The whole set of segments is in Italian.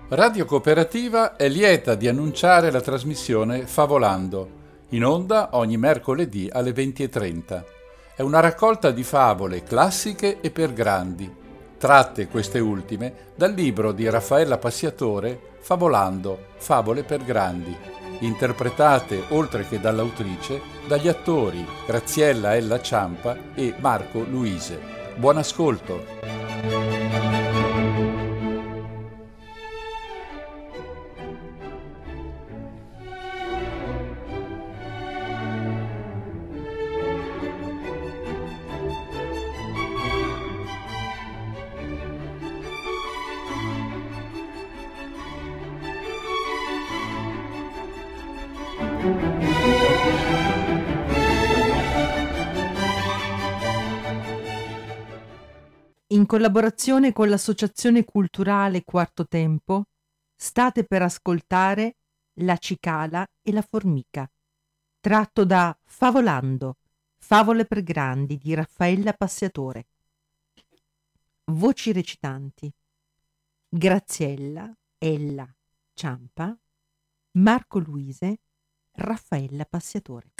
Radio Cooperativa è lieta di annunciare la trasmissione Favolando, in onda ogni mercoledì alle 20:30. È una raccolta di favole classiche e per grandi, tratte queste ultime dal libro di Raffaella Passiatore Favolando, favole per grandi, interpretate, oltre che dall'autrice, dagli attori Graziella Ella Ciampa e Marco Luise. Buon ascolto! In collaborazione con l'Associazione Culturale Quarto Tempo, state per ascoltare La cicala e la formica, tratto da Favolando, favole per grandi di Raffaella Passiatore. Voci recitanti: Graziella Ella Ciampa, Marco Luise, Raffaella Passiatore.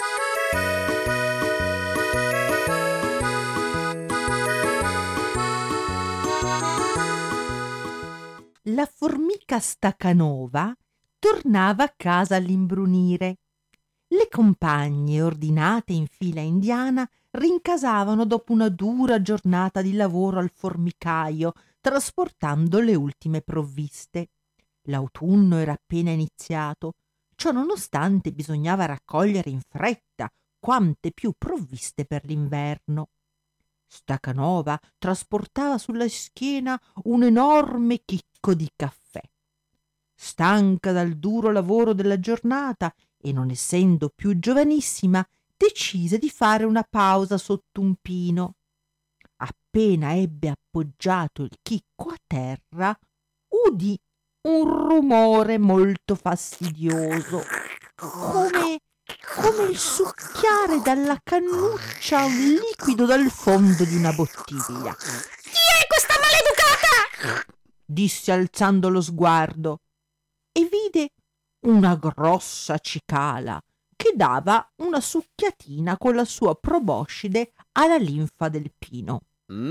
La formica Stacanova tornava a casa all'imbrunire. Le compagne, ordinate in fila indiana, rincasavano dopo una dura giornata di lavoro al formicaio, trasportando le ultime provviste. L'autunno era appena iniziato, ciò nonostante bisognava raccogliere in fretta quante più provviste per l'inverno. Stacanova trasportava sulla schiena un enorme chicco di caffè. Stanca dal duro lavoro della giornata e non essendo più giovanissima, decise di fare una pausa sotto un pino. Appena ebbe appoggiato il chicco a terra, udì un rumore molto fastidioso, come il succhiare dalla cannuccia un liquido dal fondo di una bottiglia. Chi è questa maleducata? Disse alzando lo sguardo e vide una grossa cicala che dava una succhiatina con la sua proboscide alla linfa del pino.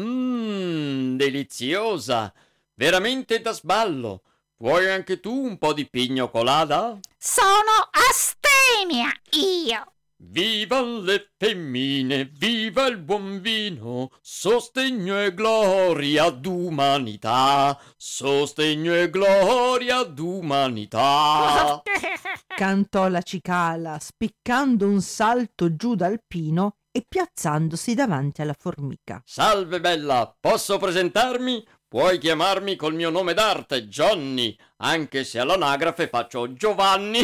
Deliziosa! Veramente da sballo! Vuoi anche tu un po' di pigno colada? Sono astemia, io! Viva le femmine, viva il buon vino, sostegno e gloria d'umanità, sostegno e gloria d'umanità. Cantò la cicala, spiccando un salto giù dal pino e piazzandosi davanti alla formica. Salve bella, posso presentarmi? Puoi chiamarmi col mio nome d'arte, Johnny, anche se all'anagrafe faccio Giovanni.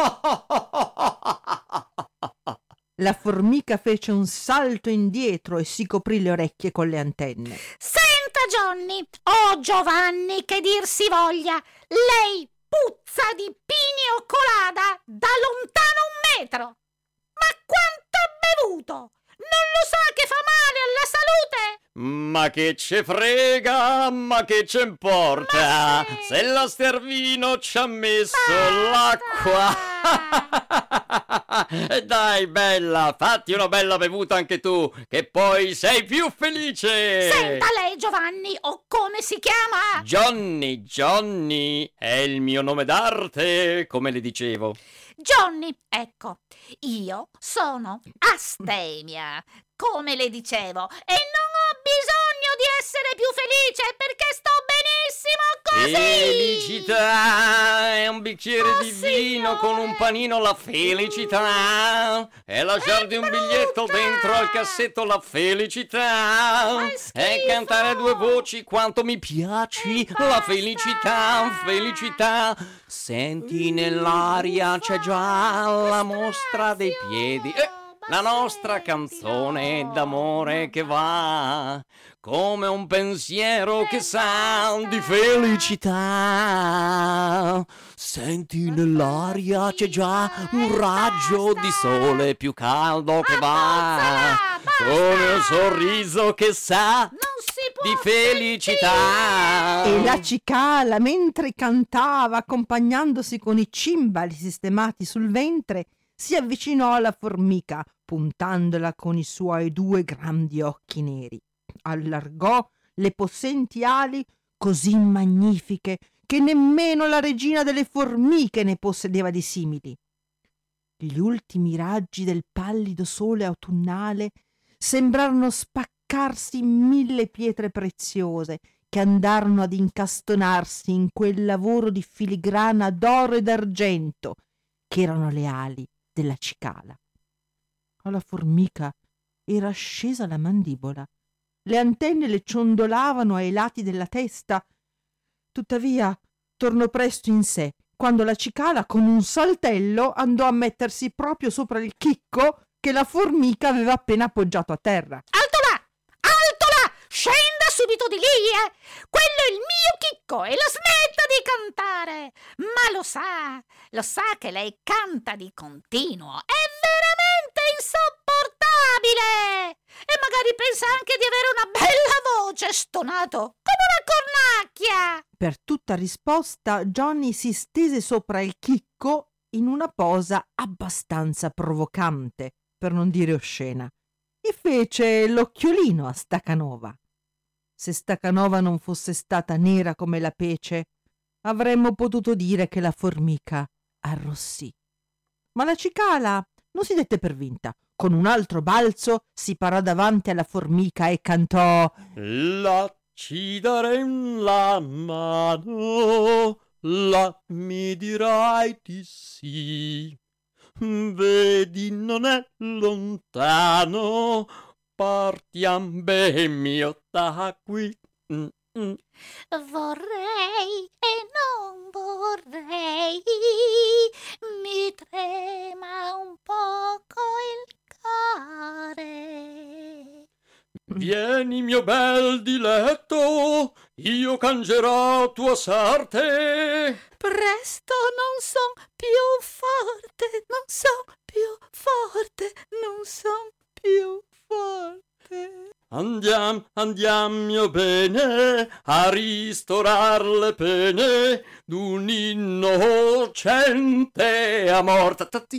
La formica fece un salto indietro e si coprì le orecchie con le antenne. Senta, Johnny, o Giovanni che dir si voglia, lei puzza di pini colada da lontano 1 metro. Ma quanto ha bevuto? Non lo sa che fa male alla salute? Ma che ce frega, ma che ce importa, sì. Se la Stervino ci ha messo l'acqua. Dai bella, fatti una bella bevuta anche tu, che poi sei più felice. Senta lei, Giovanni, o come si chiama? Johnny, è il mio nome d'arte, come le dicevo. Johnny, ecco, io sono astemia, come le dicevo, e non ho bisogno di essere più felice perché sto benissimo così. Felicità, è un bicchiere di vino signore. con un panino, la felicità, e lasciarti un biglietto dentro al cassetto, la felicità, e cantare a 2 voci quanto mi piaci, la felicità, senti nell'aria c'è già la mostra dei piedi, la nostra canzone d'amore che va come un pensiero che sa di felicità. Senti nell'aria c'è già un raggio di sole più caldo che va come un sorriso che sa Non si può di felicità. E la cicala, mentre cantava, accompagnandosi con i cimbali sistemati sul ventre, si avvicinò alla formica, puntandola con i suoi 2 grandi occhi neri. Allargò le possenti ali così magnifiche che nemmeno la regina delle formiche ne possedeva di simili. Gli ultimi raggi del pallido sole autunnale sembrarono spaccarsi in 1000 pietre preziose che andarono ad incastonarsi in quel lavoro di filigrana d'oro e d'argento che erano le ali della cicala. Alla formica era scesa la mandibola, le antenne le ciondolavano ai lati della testa. Tuttavia tornò presto in sé quando la cicala con un saltello andò a mettersi proprio sopra il chicco che la formica aveva appena appoggiato a terra. Alto là! Alto là! Scenda subito di lì, Quello è il mio chicco e la smetta di cantare! Ma lo sa che lei canta di continuo. È veramente insopportabile! E magari pensa anche di avere una bella voce, stonato come una cornacchia! Per tutta risposta Johnny si stese sopra il chicco in una posa abbastanza provocante, per non dire oscena, e fece l'occhiolino a Stacanova. Se Stacanova non fosse stata nera come la pece, avremmo potuto dire che la formica arrossì. Ma la cicala non si dette per vinta. Con un altro balzo si parò davanti alla formica e cantò: La ci darem la mano, la mi dirai di sì. Vedi, non è lontano, partiam ben mio da qui. Vorrei e non vorrei, mi trema un poco il cuore. Vieni mio bel diletto, io cangerò tua sorte. Presto, non son più forte, non son più forte, non son più forte. Andiam mio bene a ristorar le pene d'un innocente amor.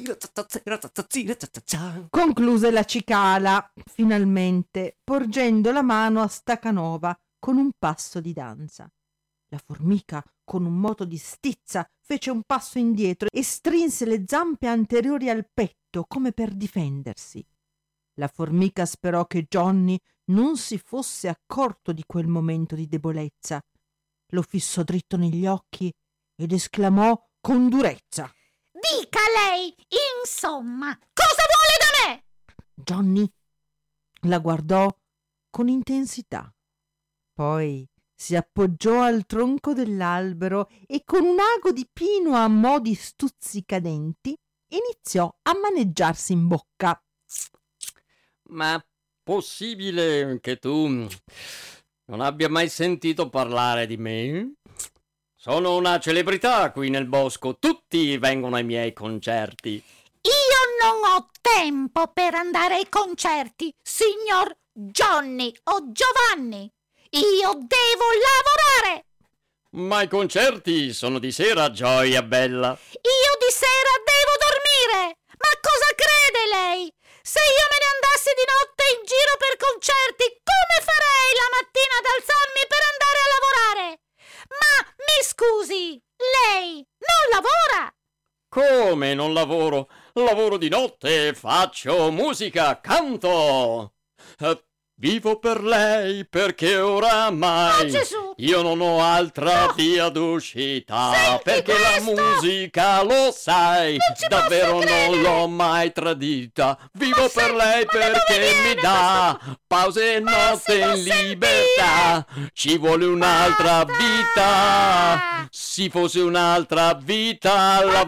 concluse la cicala, finalmente, porgendo la mano a Stacanova con un passo di danza. La formica, con un moto di stizza, fece un passo indietro e strinse le zampe anteriori al petto come per difendersi. La formica sperò che Johnny non si fosse accorto di quel momento di debolezza. Lo fissò dritto negli occhi ed esclamò con durezza: Dica lei, insomma, cosa vuole da me? Johnny la guardò con intensità. Poi si appoggiò al tronco dell'albero e con un ago di pino a mo' di stuzzicadenti iniziò a maneggiarsi in bocca. Ma possibile che tu non abbia mai sentito parlare di me? Sono una celebrità qui nel bosco, tutti vengono ai miei concerti. Io non ho tempo per andare ai concerti, signor Johnny o Giovanni. Io devo lavorare. Ma i concerti sono di sera, gioia bella. Io di sera devo dormire. Ma cosa crede lei? Se io me ne andassi di notte in giro per concerti, come farei la mattina ad alzarmi per andare a lavorare? Ma mi scusi, lei non lavora? Come non lavoro? Lavoro di notte, faccio musica, canto. Vivo per lei perché oramai Gesù! io non ho altra via d'uscita. Senti Perché questo! la musica, lo sai, Non ci davvero posso non credere! l'ho mai tradita. Vivo per senti, lei ma da dove perché viene mi dà pause e notte si può in libertà. Ci vuole un'altra Basta! vita. Se fosse un'altra vita la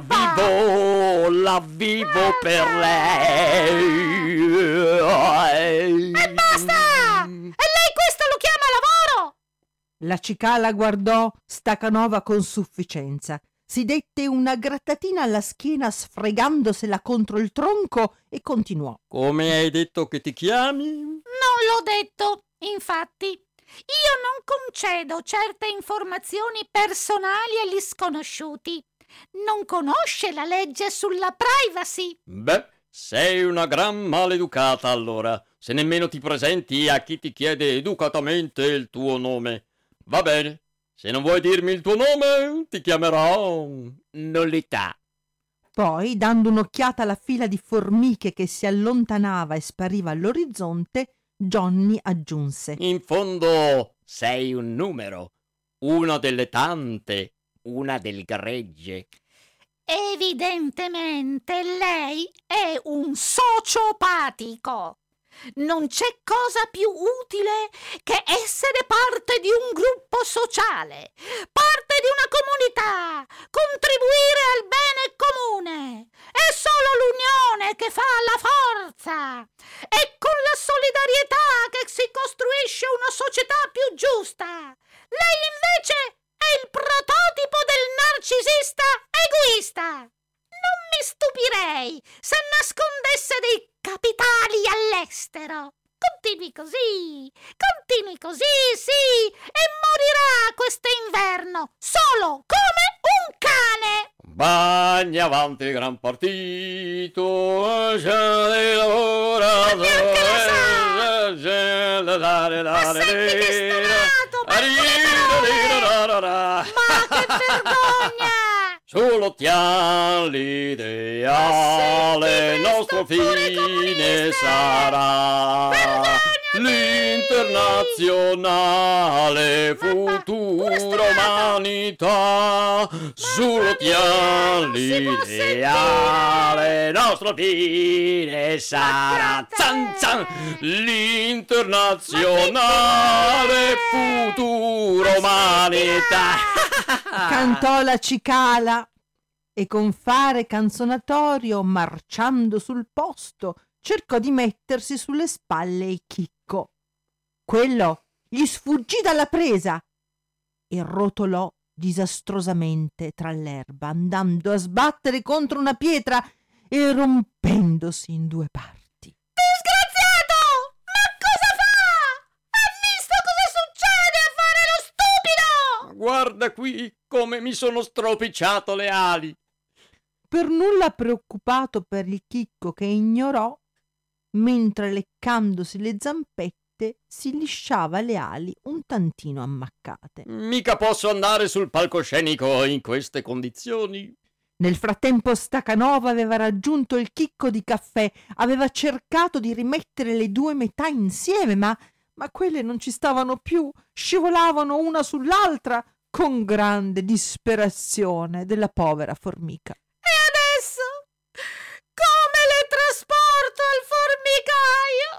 vivo per lei. E basta! E lei questo lo chiama lavoro? La cicala guardò Stacanova con sufficienza, si dette una grattatina alla schiena sfregandosela contro il tronco e continuò: Come hai detto che ti chiami? Non l'ho detto, infatti. Io non concedo certe informazioni personali agli sconosciuti. Non conosce la legge sulla privacy. Beh, sei una gran maleducata allora, se nemmeno ti presenti a chi ti chiede educatamente il tuo nome. Va bene, se non vuoi dirmi il tuo nome, ti chiamerò Nullità. Poi, dando un'occhiata alla fila di formiche che si allontanava e spariva all'orizzonte, Johnny aggiunse: In fondo sei un numero, una delle tante, una del gregge. Evidentemente lei è un sociopatico. Non c'è cosa più utile che essere parte di un gruppo sociale, parte di una comunità, contribuire al bene comune. È solo l'unione che fa la forza. È con la solidarietà che si costruisce una società più giusta. Lei invece è il prototipo del narcisista egoista. Non mi stupirei se nascondesse dei capitali all'estero. Continui così, sì, e morirà quest'inverno solo come un cane. Bagna avanti gran partito, c'è lavorato. Ma neanche lo Ma senti che stonato, ma che vergogna! Sull'occhiale l'ideale, nostro fine sarà l'internazionale futura umanità. Sull'occhiale l'ideale, nostro fine sarà zan zan, l'internazionale futura umanità. Cantò la cicala e con fare canzonatorio, marciando sul posto, cercò di mettersi sulle spalle il chicco. Quello gli sfuggì dalla presa e rotolò disastrosamente tra l'erba, andando a sbattere contro una pietra e rompendosi in due parti. Disgraziato! Ma cosa fa? Ha visto cosa succede a fare lo stupido? Guarda qui come mi sono stropicciato le ali. Per nulla preoccupato per il chicco che ignorò, mentre leccandosi le zampette si lisciava le ali un tantino ammaccate. Mica posso andare sul palcoscenico in queste condizioni. Nel frattempo Stacanova aveva raggiunto il chicco di caffè, aveva cercato di rimettere le due metà insieme, ma quelle non ci stavano più, scivolavano una sull'altra con grande disperazione della povera formica. E adesso? Come le trasporto al formicaio?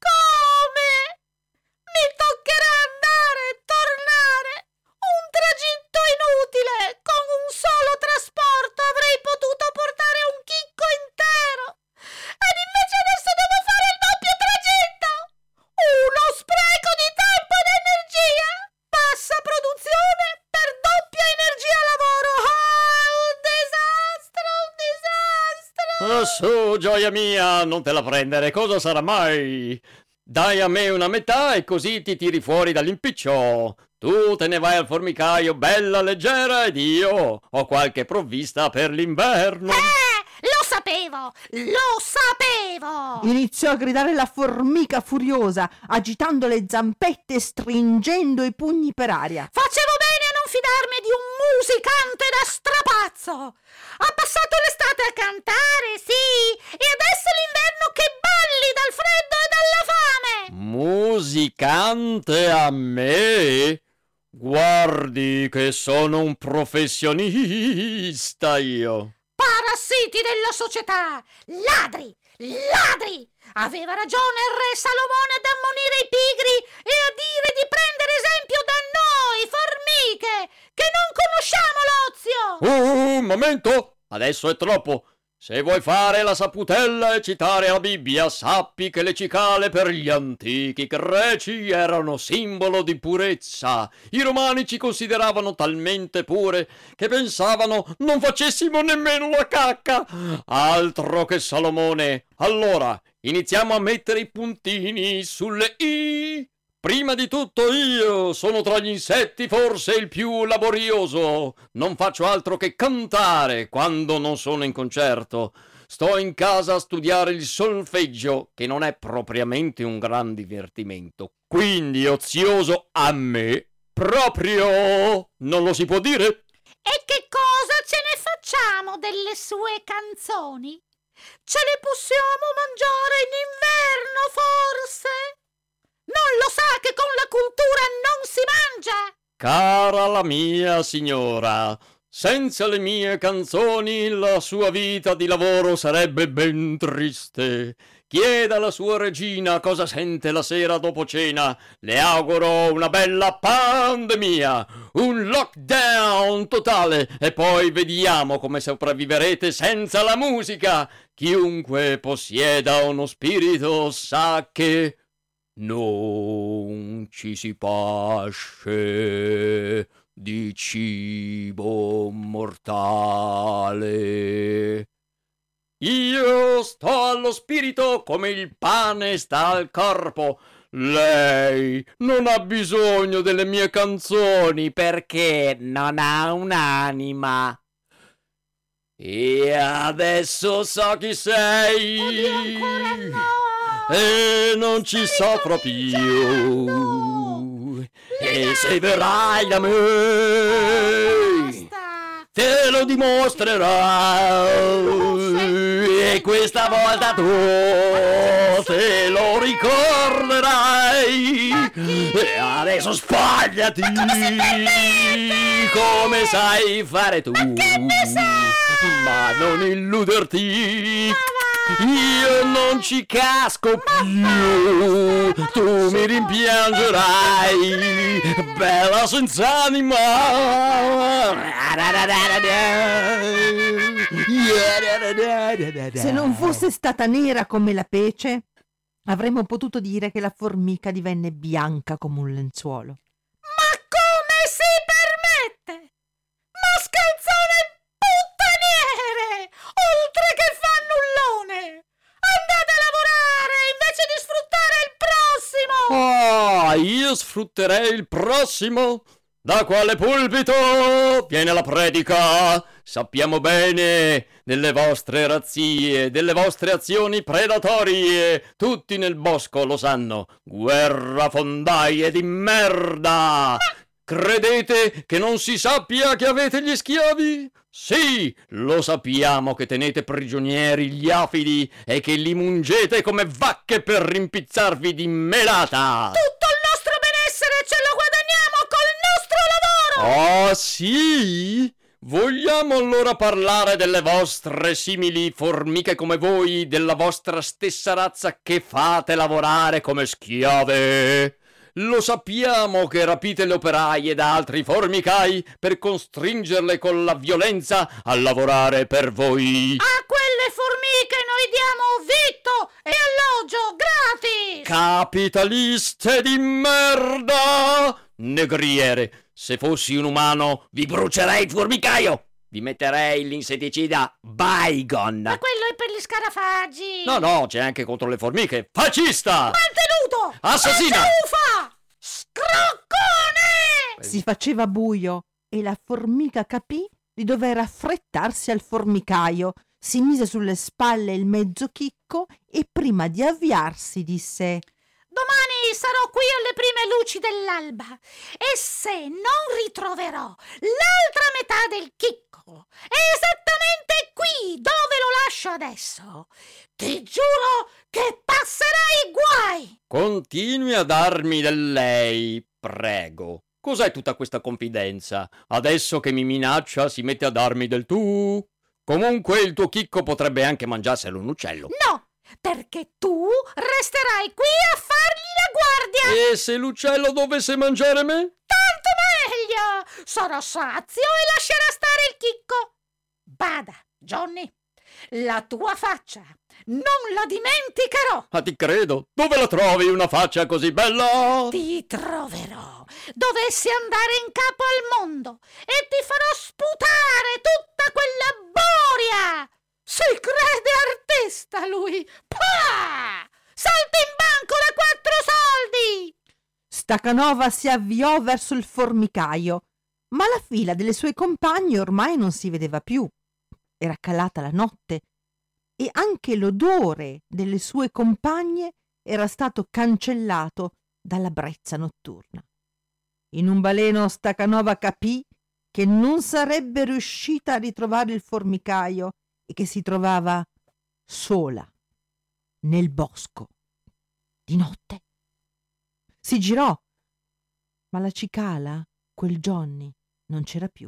Come? Mi toccherà andare e tornare. Un tragitto inutile. Con un solo trasporto avrei potuto portare un chicco intero. Ed invece adesso devo fare il doppio tragitto. Uno spreco di tempo ed energia. Bassa produzione per doppia energia lavoro. Ah, un disastro, un disastro. Su, gioia mia, non te la prendere, cosa sarà mai? Dai a me una metà e così ti tiri fuori dall'impiccio. Tu te ne vai al formicaio bella leggera ed io ho qualche provvista per l'inverno. Lo sapevo, lo sapevo. Iniziò a gridare la formica furiosa, agitando le zampette e stringendo i pugni per aria. Facevo bene a non fidarmi di un musicante da strapazzo. Ha passato l'estate a cantare, sì, e adesso l'inverno che balli dal freddo e dalla fame. Musicante a me? Guardi che sono un professionista io. Parassiti della società, ladri, ladri. Aveva ragione il re Salomone ad ammonire i pigri e a dire di prendere esempio da noi, formiche, che non conosciamo l'ozio. Un momento, adesso è troppo. Se vuoi fare la saputella e citare la Bibbia, sappi che le cicale per gli antichi greci erano simbolo di purezza. I romani ci consideravano talmente pure che pensavano non facessimo nemmeno la cacca. Altro che Salomone. Allora, iniziamo a mettere i puntini sulle i Prima di tutto io sono tra gli insetti forse il più laborioso. Non faccio altro che cantare quando non sono in concerto. Sto in casa a studiare il solfeggio, che non è propriamente un gran divertimento. Quindi ozioso a me proprio non lo si può dire. E che cosa ce ne facciamo delle sue canzoni? Ce le possiamo mangiare in inverno, forse? Non lo sa che con la cultura non si mangia? Cara la mia signora, senza le mie canzoni la sua vita di lavoro sarebbe ben triste. Chieda alla sua regina cosa sente la sera dopo cena. Le auguro una bella pandemia, un lockdown totale e poi vediamo come sopravviverete senza la musica. Chiunque possieda uno spirito sa che non ci si pasce di cibo mortale. Io sto allo spirito come il pane sta al corpo. Lei non ha bisogno delle mie canzoni perché non ha un'anima. E adesso so chi sei. Oddio, ancora no. E non ci soffro più. E se verrai da me Basta. te lo dimostrerai. E questa volta tu te lo ricorderai. E adesso sbagliati come sai fare tu. Ma non illuderti. Io non ci casco più, tu mi rimpiangerai, bella senza anima. Se non fosse stata nera come la pece, avremmo potuto dire che la formica divenne bianca come un lenzuolo. Ma come si permette? Mascalzone puttaniere! Oltre che fannullone! Andate a lavorare invece di sfruttare il prossimo! Ah, io sfrutterei il prossimo? Da quale pulpito viene la predica? Sappiamo bene delle vostre razzie, delle vostre azioni predatorie. Tutti nel bosco lo sanno. Guerrafondaie di merda! Credete che non si sappia che avete gli schiavi? Sì, lo sappiamo che tenete prigionieri gli afidi e che li mungete come vacche per rimpizzarvi di melata. Tutto il nostro benessere ce lo guadagniamo col nostro lavoro! Oh sì? Vogliamo allora parlare delle vostre simili formiche come voi, della vostra stessa razza che fate lavorare come schiave? Lo sappiamo che rapite le operaie da altri formicai per costringerle con la violenza a lavorare per voi. A quelle formiche noi diamo vitto e alloggio gratis! Capitaliste di merda! Negriere, se fossi un umano vi brucerei il formicaio! Vi metterei l'insetticida Baygon! Ma quello è per gli scarafaggi! No, c'è anche contro le formiche! Fascista! Mantenuto! Assassina! Mangiaufa! Scroccone! Si faceva buio e la formica capì di dover affrettarsi al formicaio. Si mise sulle spalle il mezzo chicco e prima di avviarsi disse: Domani sarò qui alle prime luci dell'alba e se non ritroverò l'altra metà del chicco esattamente qui dove lo lascio adesso, ti giuro che passerai guai! Continui a darmi del lei, prego. Cos'è tutta questa confidenza? Adesso che mi minaccia si mette a darmi del tu? Comunque il tuo chicco potrebbe anche mangiarselo un uccello. No! Perché tu resterai qui a fargli la guardia! E se l'uccello dovesse mangiare me? Tanto meglio! Sarò sazio e lascerà stare il chicco! Bada, Johnny, la tua faccia non la dimenticherò! Ah, ti credo! Dove la trovi una faccia così bella? Ti troverò! Dovessi andare in capo al mondo e ti farò sputare tutta quella boria! Si crede artista lui! Pah! Salta in banco da 4 soldi! Stacanova si avviò verso il formicaio, ma la fila delle sue compagne ormai non si vedeva più. Era calata la notte e anche l'odore delle sue compagne era stato cancellato dalla brezza notturna. In un baleno Stacanova capì che non sarebbe riuscita a ritrovare il formicaio e che si trovava sola nel bosco di notte. Si girò, ma la cicala, quel Johnny, non c'era più.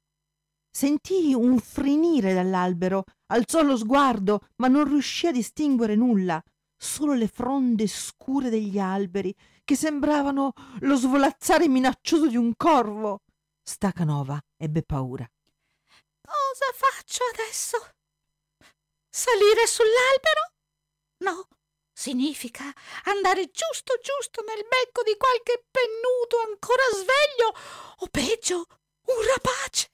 Sentì un frinire dall'albero, alzò lo sguardo, ma non riuscì a distinguere nulla, solo le fronde scure degli alberi che sembravano lo svolazzare minaccioso di un corvo. Stacanova ebbe paura. Cosa faccio adesso? Salire sull'albero? No, significa andare giusto nel becco di qualche pennuto ancora sveglio o peggio, un rapace.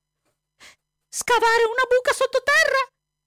Scavare una buca sottoterra?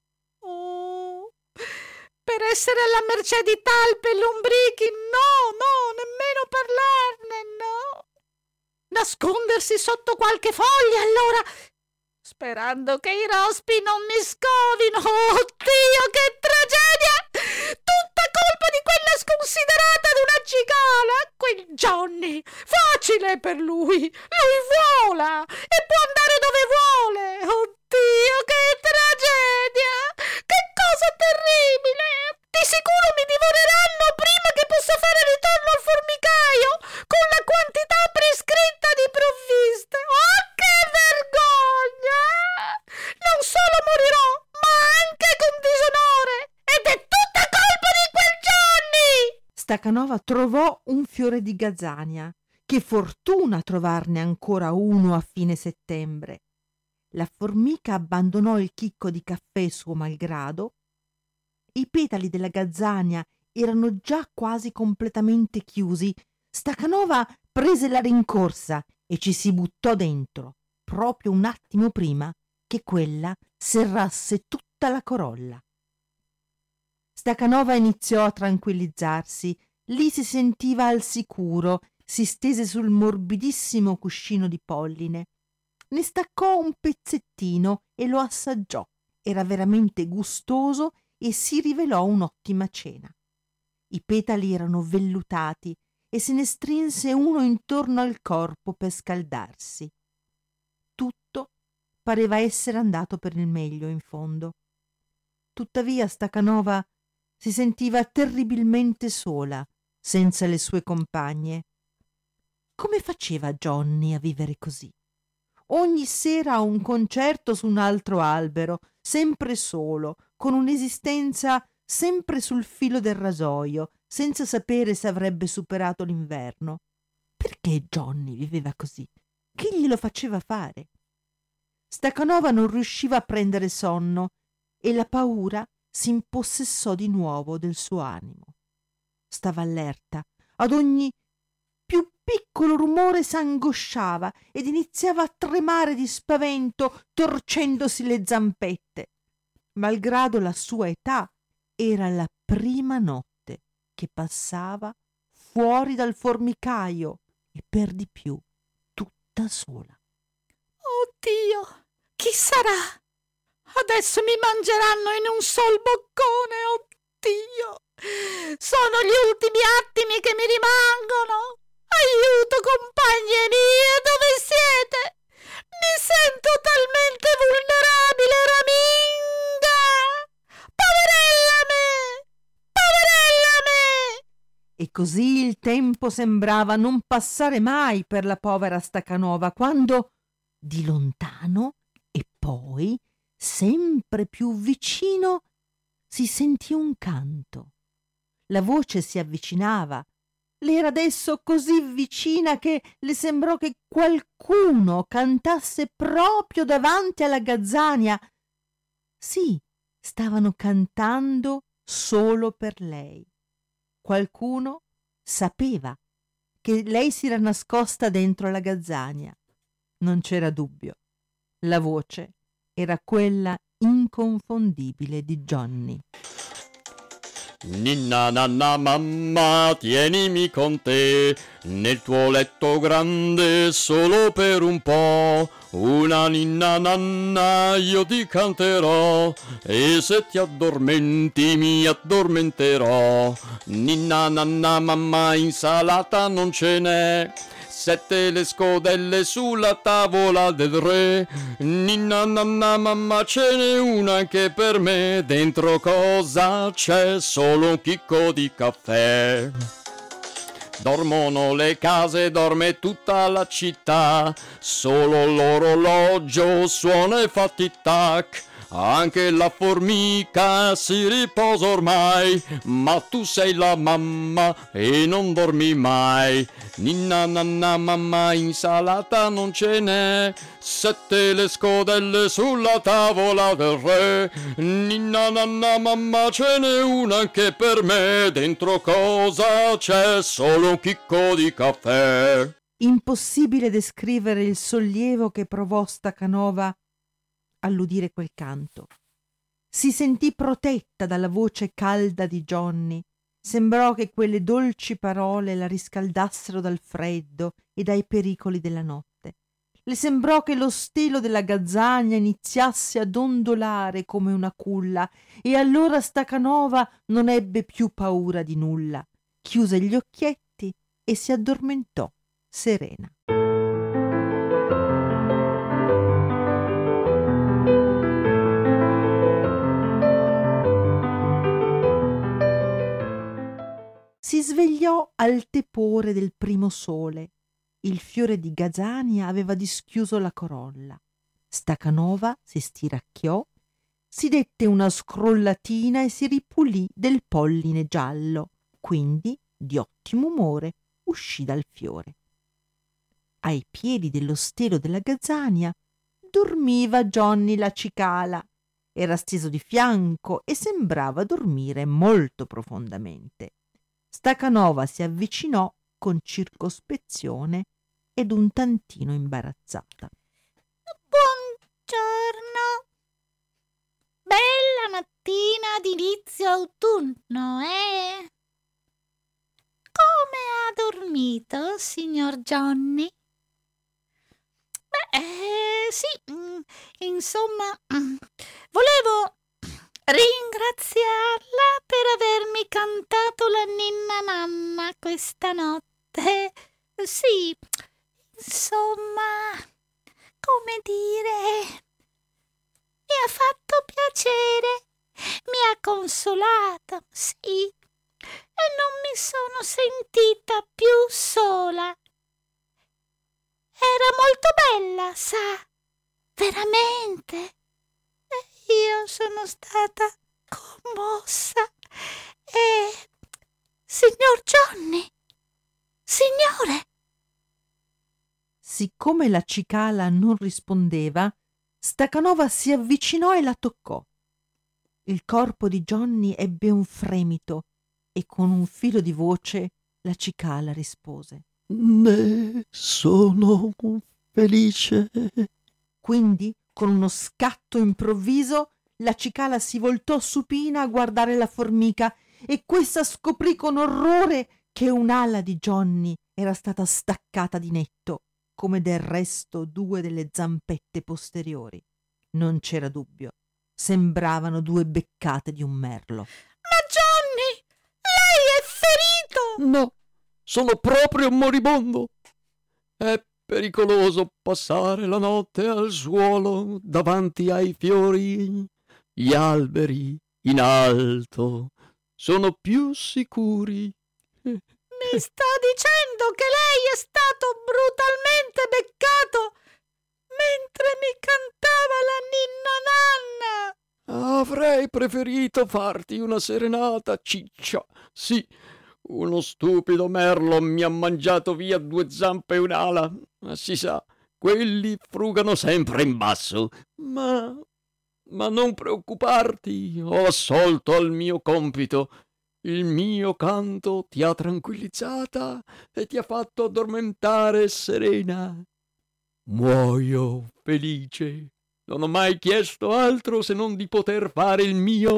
Oh, per essere alla mercé di talpe e lombrichi? No, nemmeno parlarne, no. Nascondersi sotto qualche foglia, allora, sperando che i rospi non mi scovino. Oh Dio, che tragedia! Tutta colpa di quella sconsiderata d'una cicala. Quel Johnny, facile per lui vola e può andare dove vuole. Oh Dio, che tragedia! Che cosa terribile! Di sicuro mi divoreranno prima che possa fare ritorno al formicaio con la quantità prescritta di provviste. Oh, che vergogna! Non solo morirò, ma anche con disonore! Ed è tutta colpa di quel Johnny! Stacanova trovò un fiore di gazzania. Che fortuna trovarne ancora uno a fine settembre. La formica abbandonò il chicco di caffè suo malgrado. I petali della gazzania erano già quasi completamente chiusi. Stacanova prese la rincorsa e ci si buttò dentro, proprio un attimo prima che quella serrasse tutta la corolla. Stacanova iniziò a tranquillizzarsi. Lì si sentiva al sicuro, si stese sul morbidissimo cuscino di polline. Ne staccò un pezzettino e lo assaggiò. Era veramente gustoso e si rivelò un'ottima cena. I petali erano vellutati e se ne strinse uno intorno al corpo per scaldarsi. Tutto pareva essere andato per il meglio in fondo. Tuttavia Stacanova si sentiva terribilmente sola senza le sue compagne. Come faceva Johnny a vivere così? Ogni sera a un concerto su un altro albero, sempre solo, con un'esistenza sempre sul filo del rasoio, senza sapere se avrebbe superato l'inverno. Perché Johnny viveva così? Chi glielo faceva fare? Stacanova non riusciva a prendere sonno e la paura si impossessò di nuovo del suo animo. Stava allerta, ad ogni più piccolo rumore s'angosciava ed iniziava a tremare di spavento, torcendosi le zampette. Malgrado la sua età, era la prima notte che passava fuori dal formicaio e per di più tutta sola. Oddio, chi sarà? Adesso mi mangeranno in un sol boccone, oddio! Sono gli ultimi attimi che mi rimangono! Aiuto, compagne mie, dove siete? Mi sento talmente vulnerabile, raminga! Poverella me! Poverella me! E così il tempo sembrava non passare mai per la povera Stacanova, quando di lontano e poi sempre più vicino si sentì un canto. La voce si avvicinava. Le era adesso così vicina che le sembrò che qualcuno cantasse proprio davanti alla gazzania. Sì, stavano cantando solo per lei. Qualcuno sapeva che lei si era nascosta dentro la gazzania. Non c'era dubbio. La voce era quella inconfondibile di Johnny. Ninna nanna mamma, tienimi con te nel tuo letto grande solo per un po'. Una ninna nanna io ti canterò e se ti addormenti mi addormenterò. Ninna nanna mamma, insalata non ce n'è, 7 le scodelle sulla tavola del re. Ninna nanna mamma, ce n'è una anche per me. Dentro cosa c'è? Solo un chicco di caffè. Dormono le case, dorme tutta la città, solo l'orologio suona e fa tic-tac. Anche la formica si riposa ormai, ma tu sei la mamma e non dormi mai. Ninna nanna mamma, insalata non ce n'è, 7 le scodelle sulla tavola del re. Ninna nanna mamma, ce n'è una anche per me. Dentro cosa c'è? Solo un chicco di caffè. Impossibile descrivere il sollievo che provò Stacanova all'udire quel canto. Si sentì protetta dalla voce calda di Johnny. Sembrò che quelle dolci parole la riscaldassero dal freddo e dai pericoli della notte. Le sembrò che lo stelo della gazzagna iniziasse ad ondolare come una culla, e allora Stacanova non ebbe più paura di nulla. Chiuse gli occhietti e si addormentò serena. Si svegliò al tepore del primo sole. Il fiore di gazania aveva dischiuso la corolla. Stacanova si stiracchiò, si dette una scrollatina e si ripulì del polline giallo. Quindi, di ottimo umore, uscì dal fiore. Ai piedi dello stelo della gazzania dormiva Johnny la cicala. Era steso di fianco e sembrava dormire molto profondamente. Stacanova si avvicinò con circospezione ed un tantino imbarazzata. Buongiorno. Bella mattina d'inizio autunno, eh? Come ha dormito, signor Johnny? Sì, insomma, volevo ringraziarla per avermi cantato la ninna nanna questa notte. Sì, insomma, come dire, mi ha fatto piacere, mi ha consolato, sì, e non mi sono sentita più sola. Era molto bella, sa, veramente. E io sono stata commossa. E signor Johnny, signore. Siccome la cicala non rispondeva, Stacanova si avvicinò e la toccò. Il corpo di Johnny ebbe un fremito e con un filo di voce la cicala rispose: Ne sono felice. Quindi, con uno scatto improvviso, la cicala si voltò supina a guardare la formica e questa scoprì con orrore che un'ala di Johnny era stata staccata di netto, come del resto 2 delle zampette posteriori. Non c'era dubbio, sembravano 2 beccate di un merlo. Ma Johnny, lei è ferito! No, sono proprio moribondo. È pericoloso passare la notte al suolo davanti ai fiori. Gli alberi in alto sono più sicuri. Mi sta dicendo che lei è stato brutalmente beccato mentre mi cantava la ninna nanna. Avrei preferito farti una serenata, ciccia. Sì, uno stupido merlo mi ha mangiato via 2 zampe e un'ala. Ma si sa, quelli frugano sempre in basso. Ma non preoccuparti, ho assolto al mio compito. Il mio canto ti ha tranquillizzata e ti ha fatto addormentare serena. Muoio felice. Non ho mai chiesto altro se non di poter fare il mio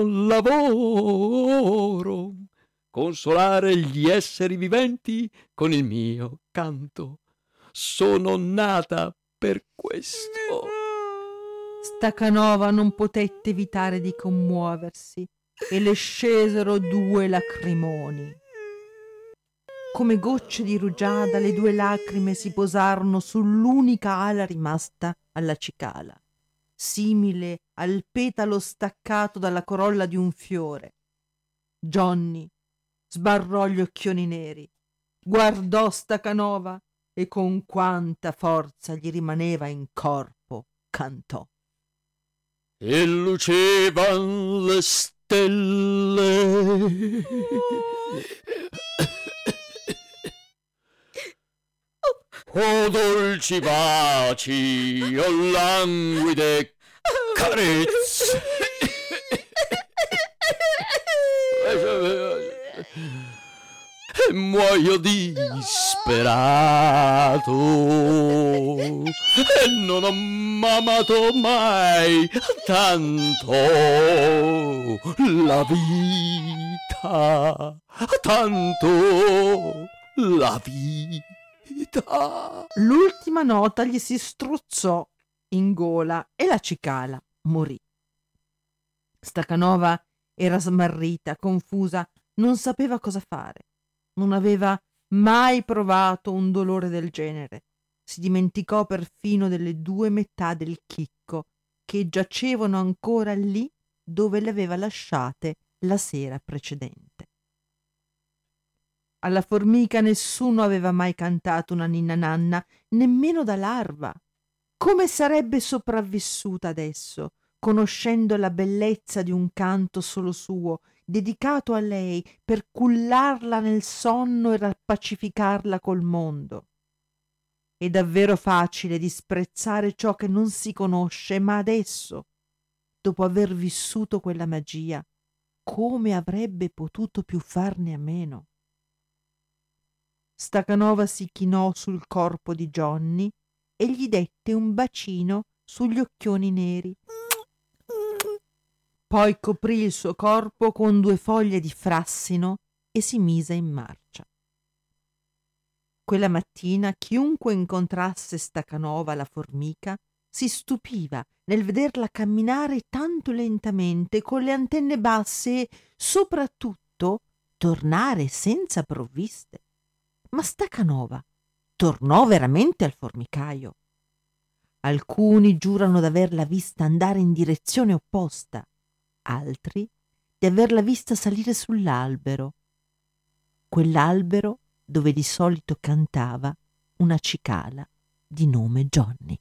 lavoro, consolare gli esseri viventi con il mio canto. Sono nata per questo. Stacanova non potette evitare di commuoversi e le scesero 2 lacrimoni. Come gocce di rugiada le 2 lacrime si posarono sull'unica ala rimasta alla cicala, simile al petalo staccato dalla corolla di un fiore. Johnny sbarrò gli occhioni neri, guardò Stacanova e con quanta forza gli rimaneva in corpo cantò. E lucevan le stelle. O dolci baci, o languide carezze. E muoio disperato e non ho amato mai tanto la vita, tanto la vita. L'ultima nota gli si strozzò in gola e la cicala morì. Stacanova era smarrita, confusa, non sapeva cosa fare. Non aveva mai provato un dolore del genere. Si dimenticò perfino delle 2 metà del chicco che giacevano ancora lì dove le aveva lasciate la sera precedente. Alla formica nessuno aveva mai cantato una ninna nanna, nemmeno da larva. Come sarebbe sopravvissuta adesso, conoscendo la bellezza di un canto solo suo, dedicato a lei per cullarla nel sonno e rappacificarla col mondo? È davvero facile disprezzare ciò che non si conosce, ma adesso, dopo aver vissuto quella magia, come avrebbe potuto più farne a meno? Stacanova si chinò sul corpo di Johnny e gli dette un bacino sugli occhioni neri. Poi coprì il suo corpo con 2 foglie di frassino e si mise in marcia. Quella mattina chiunque incontrasse Stacanova la formica si stupiva nel vederla camminare tanto lentamente con le antenne basse e soprattutto tornare senza provviste. Ma Stacanova tornò veramente al formicaio. Alcuni giurano d'averla vista andare in direzione opposta, altri di averla vista salire sull'albero, quell'albero dove di solito cantava una cicala di nome Johnny.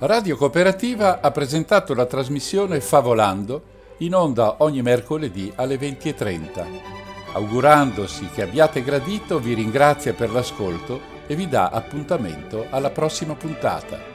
Radio Cooperativa ha presentato la trasmissione Favolando, in onda ogni mercoledì alle 20:30. Augurandosi che abbiate gradito, vi ringrazia per l'ascolto e vi dà appuntamento alla prossima puntata.